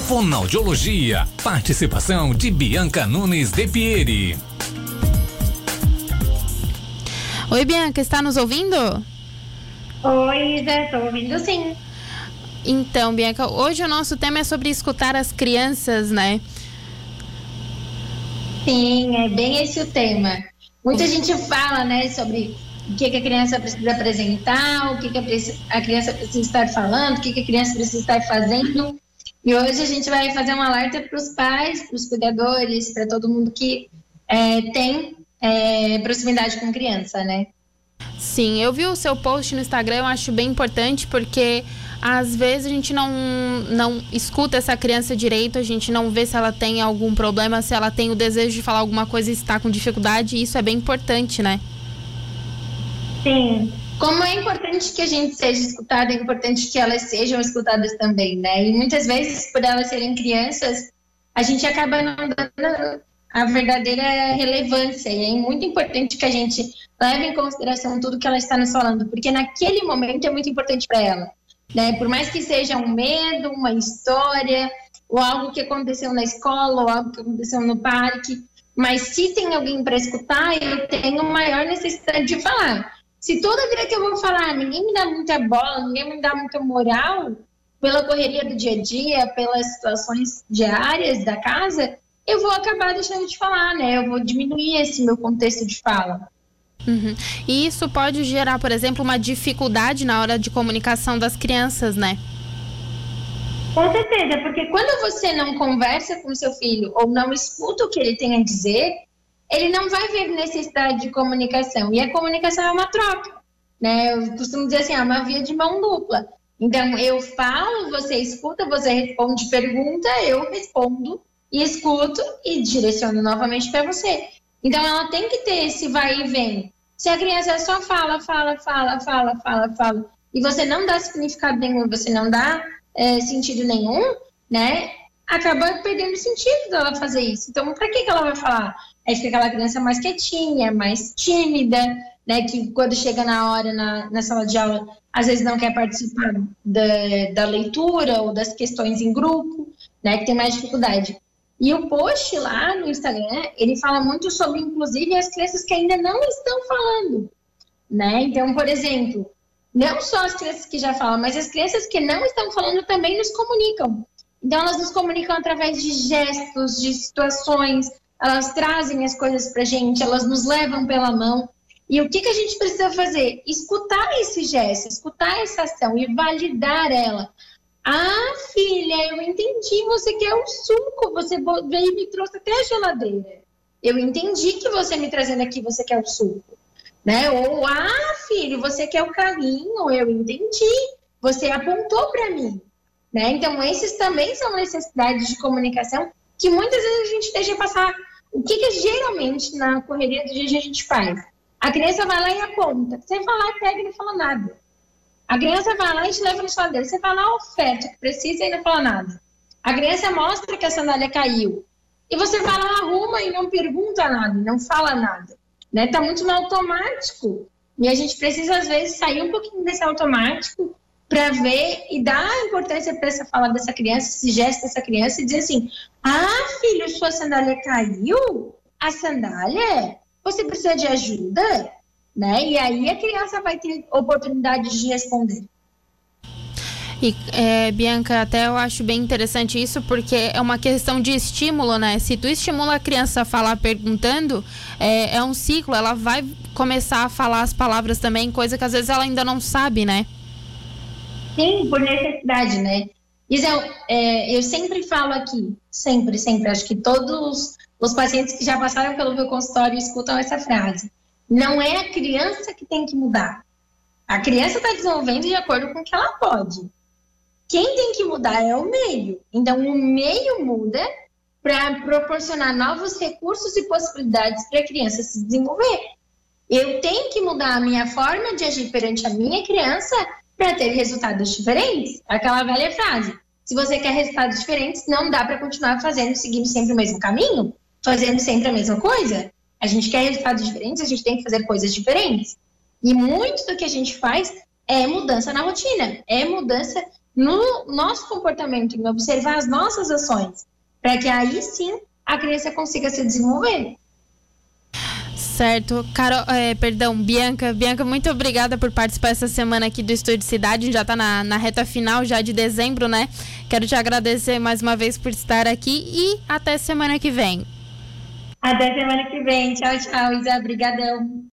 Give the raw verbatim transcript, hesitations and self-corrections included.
Fonoaudiologia. Participação de Bianca Nunes de Pieri. Oi, Bianca, está nos ouvindo? Oi, Isa, estou ouvindo sim. Então, Bianca, hoje o nosso tema é sobre escutar as crianças, né? Sim, é bem esse o tema. Muita gente fala, né, sobre o que, que a criança precisa apresentar, o que, que a, a criança precisa estar falando, o que, que a criança precisa estar fazendo. E hoje a gente vai fazer um alerta para os pais, para os cuidadores, para todo mundo que é, tem é, proximidade com criança, né? Sim, eu vi o seu post no Instagram, eu acho bem importante, porque às vezes a gente não, não escuta essa criança direito, a gente não vê se ela tem algum problema, se ela tem o desejo de falar alguma coisa e está com dificuldade, e isso é bem importante, né? Sim. Como é importante que a gente seja escutada, é importante que elas sejam escutadas também, né? E muitas vezes, por elas serem crianças, a gente acaba não dando a verdadeira relevância. E é muito importante que a gente leve em consideração tudo que ela está nos falando, porque naquele momento é muito importante para ela, né? Por mais que seja um medo, uma história, ou algo que aconteceu na escola, ou algo que aconteceu no parque, mas se tem alguém para escutar, eu tenho maior necessidade de falar. Se toda vida que eu vou falar, ninguém me dá muita bola, ninguém me dá muita moral, pela correria do dia a dia, pelas situações diárias da casa, eu vou acabar deixando de falar, né? Eu vou diminuir esse meu contexto de fala. Uhum. E isso pode gerar, por exemplo, uma dificuldade na hora de comunicação das crianças, né? Com certeza, porque quando você não conversa com seu filho ou não escuta o que ele tem a dizer, ele não vai ver necessidade de comunicação. E a comunicação é uma troca, né? Eu costumo dizer assim, é uma via de mão dupla. Então, eu falo, você escuta, você responde pergunta, eu respondo e escuto e direciono novamente para você. Então, ela tem que ter esse vai e vem. Se a criança só fala, fala, fala, fala, fala, fala, e você não dá significado nenhum, você não dá é, sentido nenhum, né? Acaba perdendo sentido dela fazer isso. Então, para que, que ela vai falar? Aí fica aquela criança mais quietinha, mais tímida, né? Que quando chega na hora, na, na sala de aula, às vezes não quer participar da, da leitura ou das questões em grupo, né? Que tem mais dificuldade. E o post lá no Instagram, ele fala muito sobre, inclusive, as crianças que ainda não estão falando, né? Então, por exemplo, não só as crianças que já falam, mas as crianças que não estão falando também nos comunicam. Então, elas nos comunicam através de gestos, de situações, elas trazem as coisas pra gente, elas nos levam pela mão. E o que, que a gente precisa fazer? Escutar esse gesto, escutar essa ação e validar ela. Ah, filha, eu entendi, você quer o suco, você veio e me trouxe até a geladeira. Eu entendi que você me trazendo aqui, você quer o suco. Né? Ou, ah, filho, você quer o carrinho, eu entendi, você apontou para mim. Né? Então, esses também são necessidades de comunicação que muitas vezes a gente deixa passar. O que, que geralmente na correria do dia a dia a gente faz? A criança vai lá e aponta. Você vai lá e pega e não fala nada. A criança vai lá e te leva na geladeira. Você vai lá, oferta, que precisa e não fala nada. A criança mostra que a sandália caiu. E você vai lá, arruma e não pergunta nada, não fala nada. Né? Tá muito no automático. E a gente precisa, às vezes, sair um pouquinho desse automático para ver e dar importância para essa fala dessa criança, esse gesto dessa criança, e dizer assim, ah, filho, sua sandália caiu? A sandália? Você precisa de ajuda? Né? E aí a criança vai ter oportunidade de responder. E, é, Bianca, até eu acho bem interessante isso, porque é uma questão de estímulo, né? Se tu estimula a criança a falar perguntando, é, é um ciclo, ela vai começar a falar as palavras também, coisa que às vezes ela ainda não sabe, né? Sim, por necessidade, né? Isel, é, eu sempre falo aqui, sempre, sempre, acho que todos os pacientes que já passaram pelo meu consultório escutam essa frase. Não é a criança que tem que mudar. A criança está desenvolvendo de acordo com o que ela pode. Quem tem que mudar é o meio. Então, o meio muda para proporcionar novos recursos e possibilidades para a criança se desenvolver. Eu tenho que mudar a minha forma de agir perante a minha criança para ter resultados diferentes. Aquela velha frase. Se você quer resultados diferentes, não dá para continuar fazendo, seguindo sempre o mesmo caminho, fazendo sempre a mesma coisa. A gente quer resultados diferentes, a gente tem que fazer coisas diferentes. E muito do que a gente faz é mudança na rotina, é mudança no nosso comportamento, em observar as nossas ações, para que aí sim a criança consiga se desenvolver. Certo. Carol, é, perdão, Bianca. Bianca, muito obrigada por participar essa semana aqui do Estúdio Cidade. Já está na, na reta final já de dezembro, né? Quero te agradecer mais uma vez por estar aqui e até semana que vem. Até semana que vem. Tchau, tchau, Isa. Obrigadão.